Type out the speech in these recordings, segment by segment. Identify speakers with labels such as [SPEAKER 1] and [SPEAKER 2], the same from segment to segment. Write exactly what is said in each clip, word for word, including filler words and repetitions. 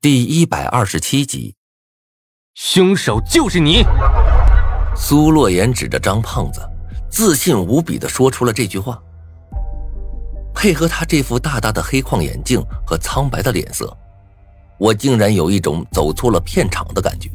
[SPEAKER 1] 第一百二十七集，
[SPEAKER 2] 凶手就是你！
[SPEAKER 1] 苏洛言指着张胖子，自信无比地说出了这句话。配合他这副大大的黑框眼镜和苍白的脸色，我竟然有一种走错了片场的感觉。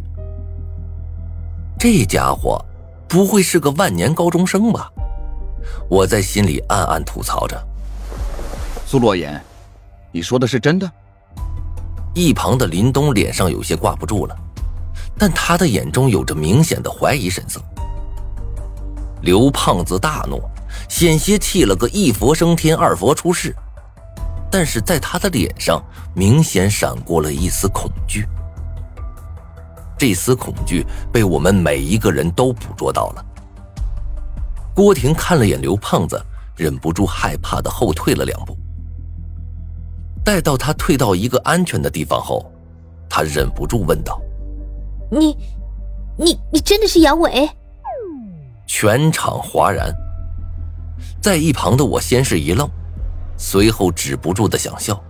[SPEAKER 1] 这家伙不会是个万年高中生吧？我在心里暗暗吐槽着。
[SPEAKER 3] 苏洛言，你说的是真的？
[SPEAKER 1] 一旁的林东脸上有些挂不住了，但他的眼中有着明显的怀疑神色。刘胖子大怒，险些气了个一佛升天二佛出世，但是在他的脸上明显闪过了一丝恐惧。这丝恐惧被我们每一个人都捕捉到了。郭婷看了眼刘胖子，忍不住害怕地后退了两步。待到他退到一个安全的地方后，他忍不住问道：
[SPEAKER 4] 你你你真的是杨伟？
[SPEAKER 1] 全场哗然。在一旁的我先是一愣，随后止不住的想笑。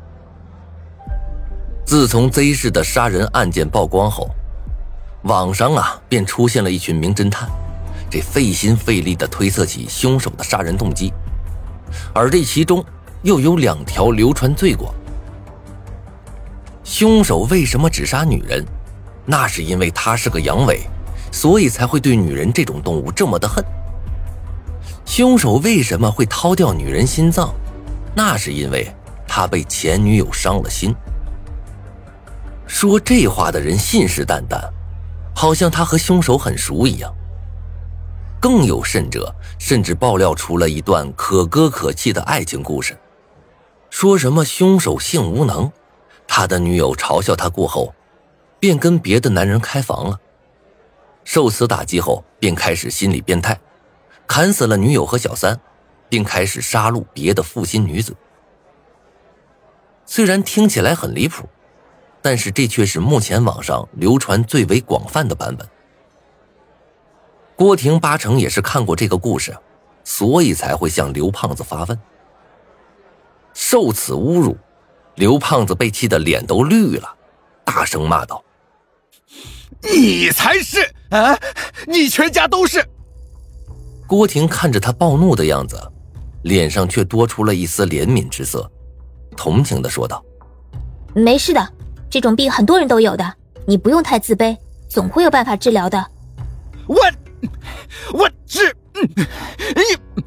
[SPEAKER 1] 自从 Z 市的杀人案件曝光后，网上啊便出现了一群名侦探，这费心费力地推测起凶手的杀人动机，而这其中又有两条流传最广。凶手为什么只杀女人？那是因为他是个阳痿，所以才会对女人这种动物这么的恨。凶手为什么会掏掉女人心脏？那是因为他被前女友伤了心。说这话的人信誓旦旦，好像他和凶手很熟一样。更有甚者，甚至爆料出了一段可歌可泣的爱情故事，说什么凶手性无能，他的女友嘲笑他过后，便跟别的男人开房了。受此打击后，便开始心理变态，砍死了女友和小三，并开始杀戮别的负心女子。虽然听起来很离谱，但是这却是目前网上流传最为广泛的版本。郭婷八成也是看过这个故事，所以才会向刘胖子发问。受此侮辱，刘胖子被气得脸都绿了，大声骂道：
[SPEAKER 3] 你才是啊！你全家都是！
[SPEAKER 1] 郭婷看着他暴怒的样子，脸上却多出了一丝怜悯之色，同情地说道：
[SPEAKER 4] 没事的，这种病很多人都有的，你不用太自卑，总会有办法治疗的。
[SPEAKER 3] 我我治你！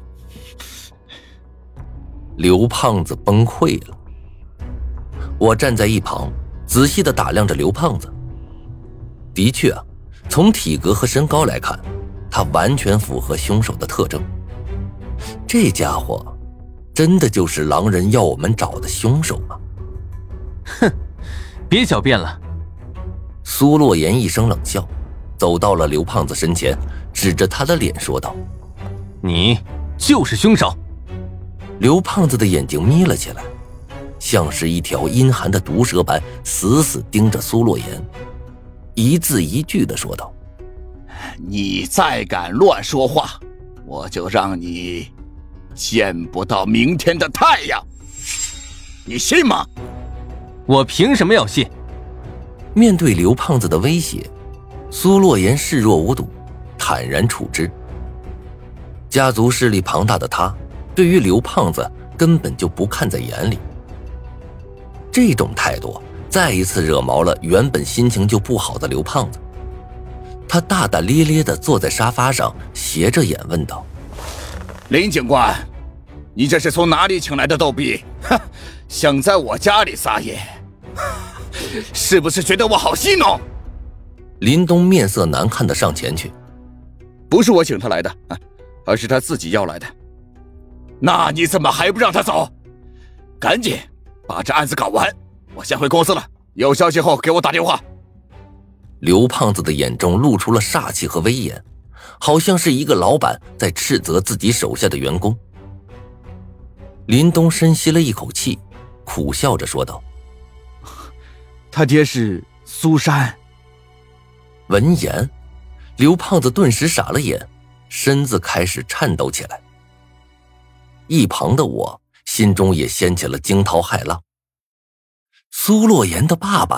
[SPEAKER 1] 刘胖子崩溃了。我站在一旁，仔细地打量着刘胖子。的确啊，从体格和身高来看，他完全符合凶手的特征。这家伙真的就是狼人要我们找的凶手吗？
[SPEAKER 2] 哼，别狡辩了。
[SPEAKER 1] 苏洛言一声冷笑，走到了刘胖子身前，指着他的脸说道：
[SPEAKER 2] 你就是凶手。
[SPEAKER 1] 刘胖子的眼睛眯了起来，像是一条阴寒的毒蛇般死死盯着苏洛言，一字一句地说道：
[SPEAKER 3] 你再敢乱说话，我就让你见不到明天的太阳，你信吗？
[SPEAKER 2] 我凭什么要信？
[SPEAKER 1] 面对刘胖子的威胁，苏洛言视若无睹，坦然处之。家族势力庞大的他，对于刘胖子根本就不看在眼里。这种态度再一次惹毛了原本心情就不好的刘胖子。他大大咧咧地坐在沙发上，斜着眼问道：
[SPEAKER 3] 林警官，你这是从哪里请来的逗比？想在我家里撒野，是不是觉得我好戏弄？
[SPEAKER 1] 林东面色难看地上前去：
[SPEAKER 3] 不是我请他来的，而是他自己要来的。那你怎么还不让他走？赶紧把这案子搞完，我先回公司了，有消息后给我打电话。
[SPEAKER 1] 刘胖子的眼中露出了煞气和威严，好像是一个老板在斥责自己手下的员工。林东深吸了一口气，苦笑着说道：
[SPEAKER 3] 他爹是苏珊。
[SPEAKER 1] 闻言，刘胖子顿时傻了眼，身子开始颤抖起来。一旁的我心中也掀起了惊涛骇浪。苏洛言的爸爸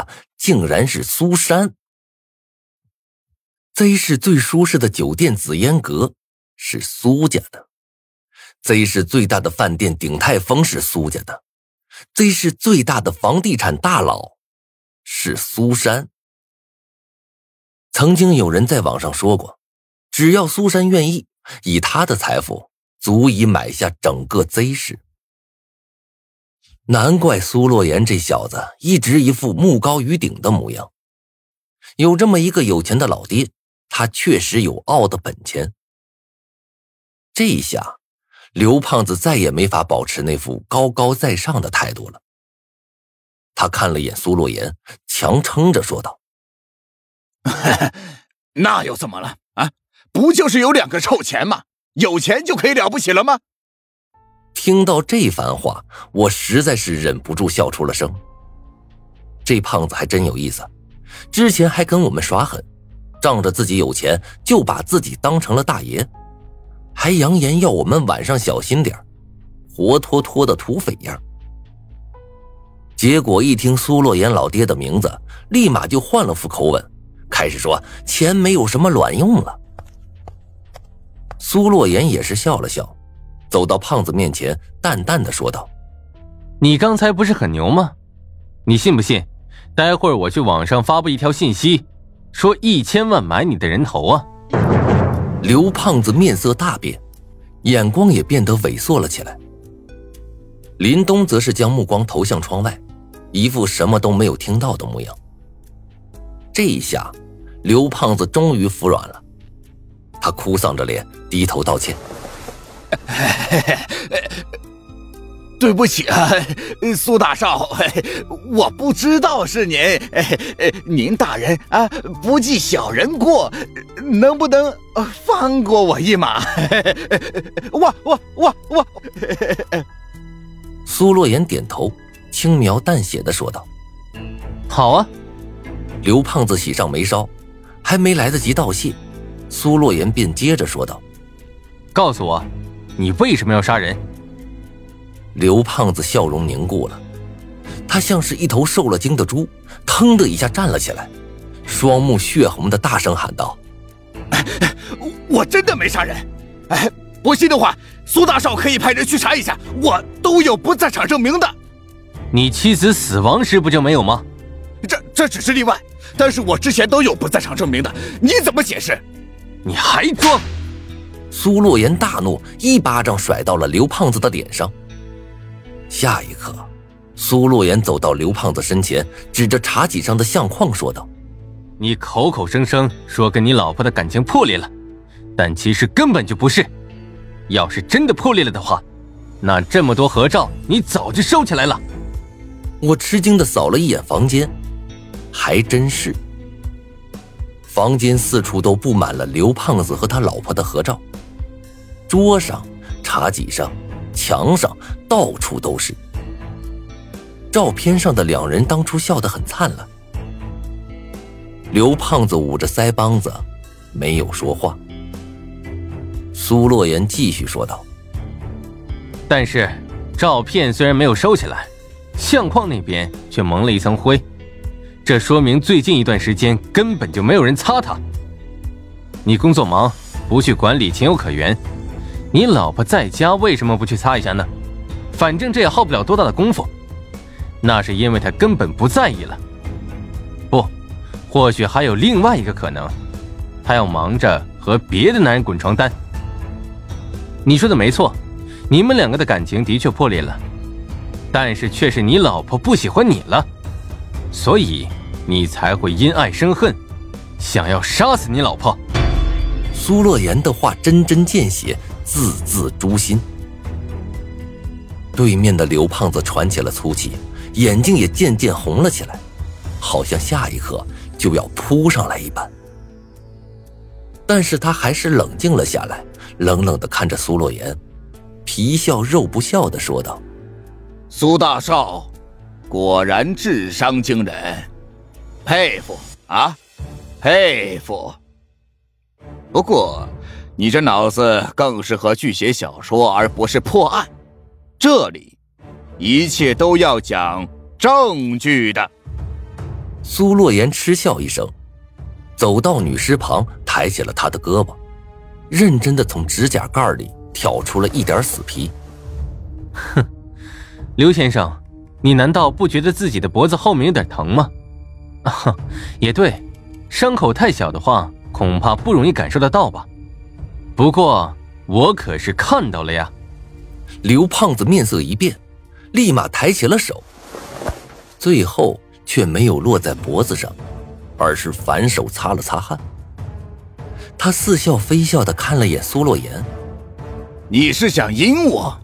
[SPEAKER 1] 竟然是苏珊。Z 市最舒适的酒店紫烟阁是苏家的， Z 市最大的饭店鼎泰丰是苏家的， Z 市最大的房地产大佬是苏珊。曾经有人在网上说过，只要苏珊愿意，以她的财富足以买下整个 Z 市。难怪苏洛言这小子一直一副目高于顶的模样。有这么一个有钱的老爹，他确实有傲的本钱。这一下，刘胖子再也没法保持那副高高在上的态度了。他看了眼苏洛言，强撑着说道：
[SPEAKER 3] 那又怎么了啊？不就是有两个臭钱吗？有钱就可以了不起了吗？
[SPEAKER 1] 听到这番话，我实在是忍不住笑出了声。这胖子还真有意思，之前还跟我们耍狠，仗着自己有钱就把自己当成了大爷，还扬言要我们晚上小心点，活脱脱的土匪样。结果一听苏洛言老爹的名字，立马就换了副口吻，开始说钱没有什么卵用了。苏洛言也是笑了笑，走到胖子面前，淡淡的说道：
[SPEAKER 2] 你刚才不是很牛吗？你信不信待会儿我去网上发布一条信息，说一千万买你的人头啊？
[SPEAKER 1] 刘胖子面色大变，眼光也变得猥琐了起来。林东则是将目光投向窗外，一副什么都没有听到的模样。这一下，刘胖子终于服软了，他哭丧着脸低头道歉：
[SPEAKER 3] 对不起啊，苏大少，我不知道是您，您大人啊，不计小人过，能不能放过我一马？我我我我。
[SPEAKER 1] 苏洛言点头，轻描淡写的说道：
[SPEAKER 2] 好啊。
[SPEAKER 1] 刘胖子喜上眉梢，还没来得及道谢，苏洛言便接着说道：
[SPEAKER 2] 告诉我，你为什么要杀人？
[SPEAKER 1] 刘胖子笑容凝固了，他像是一头受了惊的猪，腾的一下站了起来，双目血红的大声喊道：
[SPEAKER 3] 我真的没杀人，哎，不信的话，苏大少可以派人去查一下，我都有不在场证明的。
[SPEAKER 2] 你妻子死亡时不就没有吗？
[SPEAKER 3] 这这只是例外，但是我之前都有不在场证明的，你怎么解释？
[SPEAKER 2] 你还装！
[SPEAKER 1] 苏洛言大怒，一巴掌甩到了刘胖子的脸上。下一刻，苏洛言走到刘胖子身前，指着茶几上的相框说道：
[SPEAKER 2] 你口口声声说跟你老婆的感情破裂了，但其实根本就不是。要是真的破裂了的话，那这么多合照你早就收起来了。
[SPEAKER 1] 我吃惊地扫了一眼房间，还真是。房间四处都布满了刘胖子和他老婆的合照，桌上、茶几上、墙上到处都是。照片上的两人当初笑得很灿烂。刘胖子捂着腮帮子，没有说话。苏洛言继续说道：
[SPEAKER 2] 但是照片虽然没有收起来，相框那边却蒙了一层灰，这说明最近一段时间根本就没有人擦它。你工作忙，不去管理情有可原，你老婆在家为什么不去擦一下呢？反正这也耗不了多大的功夫。那是因为她根本不在意了。不，或许还有另外一个可能，她要忙着和别的男人滚床单。你说的没错，你们两个的感情的确破裂了，但是却是你老婆不喜欢你了，所以你才会因爱生恨，想要杀死你老婆。
[SPEAKER 1] 苏洛言的话针针见血，字字诛心。对面的刘胖子喘起了粗气，眼睛也渐渐红了起来，好像下一刻就要扑上来一般。但是他还是冷静了下来，冷冷地看着苏洛言，皮笑肉不笑地说道：
[SPEAKER 3] 苏大少果然智商惊人，佩服啊，佩服。不过你这脑子更适合去写小说，而不是破案。这里一切都要讲证据的。
[SPEAKER 1] 苏洛言嗤笑一声，走到女尸旁，抬起了她的胳膊，认真地从指甲盖里挑出了一点死皮。
[SPEAKER 2] 哼，刘先生，你难道不觉得自己的脖子后面有点疼吗？啊，也对，伤口太小的话，恐怕不容易感受得到吧。不过我可是看到了呀。
[SPEAKER 1] 刘胖子面色一变，立马抬起了手，最后却没有落在脖子上，而是反手擦了擦汗。他似笑非笑地看了眼苏洛言：“
[SPEAKER 3] 你是想阴我？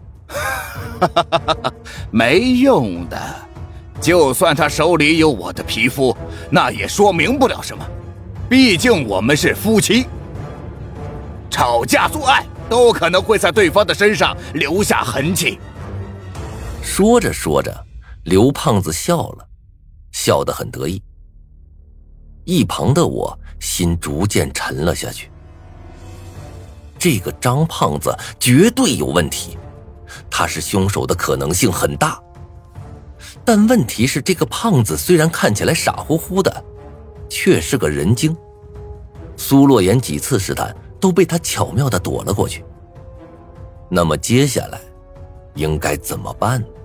[SPEAKER 3] 没用的，就算他手里有我的皮肤，那也说明不了什么。毕竟我们是夫妻，吵架做爱都可能会在对方的身上留下痕迹。”
[SPEAKER 1] 说着说着，刘胖子笑了，笑得很得意。一旁的我心逐渐沉了下去。这个张胖子绝对有问题，他是凶手的可能性很大。但问题是，这个胖子虽然看起来傻乎乎的，却是个人精。苏洛言几次试探都被他巧妙地躲了过去。那么接下来应该怎么办呢？